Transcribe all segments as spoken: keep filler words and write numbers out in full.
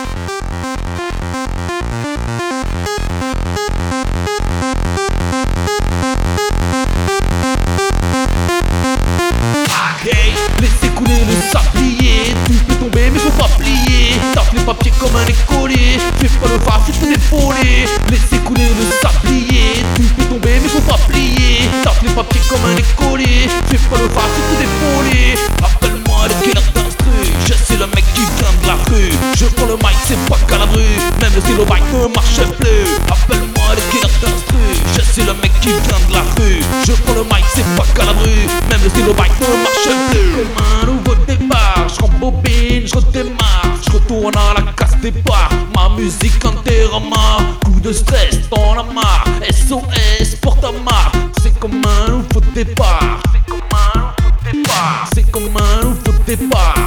Hey, laissez couler le sablier. Tu peux tomber mais faut pas plier. Tape les papiers comme un écolier. Fais pas le phare, fais l'épauler. Laissez couler le sablier. Tu peux tomber mais faut pas plier. Tape les papiers comme un écolier. Fais pas le phare, fais l'épauler. Appelle-moi le killer d'instru. Je suis le mec qui vient de la rue. Je prends le mic, c'est pas calabru. Même le stylo bike ne marche plus. Appelle-moi le killer d'instru. Je suis le mec qui vient de la rue. Je prends le mic, c'est pas calabru. Même le stylo bike ne marche plus. Comme un nouveau départ, je rembobine, je redémarre. Je retourne à la casse départ. Ma musique en terre-marre. Coup de stress, t'en as marre. S O S pour ta marque. C'est comme un nouveau départ. C'est comme un nouveau départ. C'est comme un nouveau départ.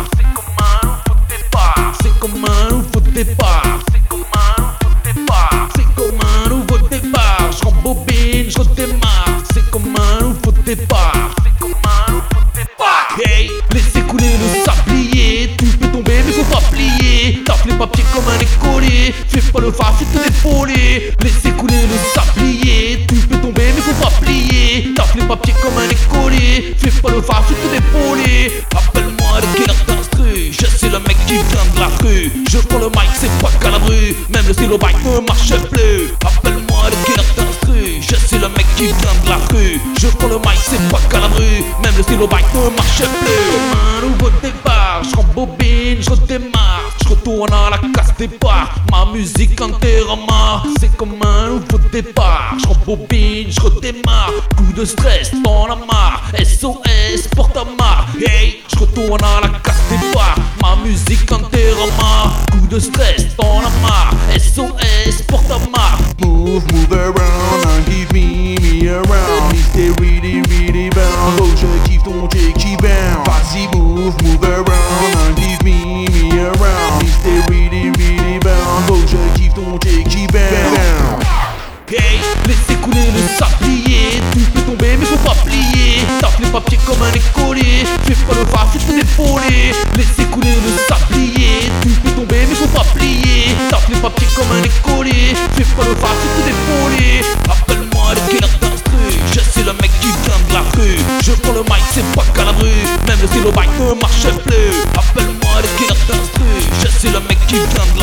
C'est comme un nouveau départ. C'est comme un nouveau départ. C'est comme un nouveau départ. Je rembobine, je redémarre. C'est comme un nouveau départ. C'est comme un nouveau départ. Hey, laissez couler le sablier. Tu peux tomber mais faut pas plier. Tape les papiers comme un écolier. Fais pas le phare, fais l'épauler. Laissez couler le sablier. Tu peux tomber mais faut pas plier. Tape les papiers comme un écolier. Fais pas le phare, fais l'épauler. Appelle-moi le killer d'instru. Je suis le mec qui vient de la rue. Je prends le mic, c'est pas calabru. Même le stylo bike ne marche plus. Appelle-moi le killer d'instru. Je suis le mec qui vient de la rue. Je prends le mic, c'est pas calabru. Même le stylo bike ne marche plus. Comme un nouveau départ, je rembobine, je redémarre. Je retourne à la casse départ. Ma musique en terre-marre. C'est comme un nouveau départ. Je rembobine, je redémarre. Coup de stress, t'en as marre. S O S pour ta marque. Hey, je retourne à la casse départ. Ma musique en terre-marre. Coup de stress, t'en as marre. S O S pour ta marque. Move, move around, and give me, me around. If they really, really bound, oh je kiffe ton J qui bound. Vas-y, move, move around, and give me, me around. If they really, really bound, oh je kiffe ton J qui bound. Hey, laissez couler le sablier. Tu peux tomber mais faut pas plier. Tape les papiers comme un écolier. Fais pas le phare, fais l'épauler. Laissez couler le sablier. Tu peux tomber mais faut pas plier. Tape les papiers comme un écolier. Fais pas le phare, fais l'épauler. Appelle-moi le killer d'instru. Je suis le mec qui vient de la rue. Je prends le mic, c'est pas calabru. Même le stylo bike ne marche plus. Appelle-moi le killer d'instru. Je suis le mec qui vient de la rue.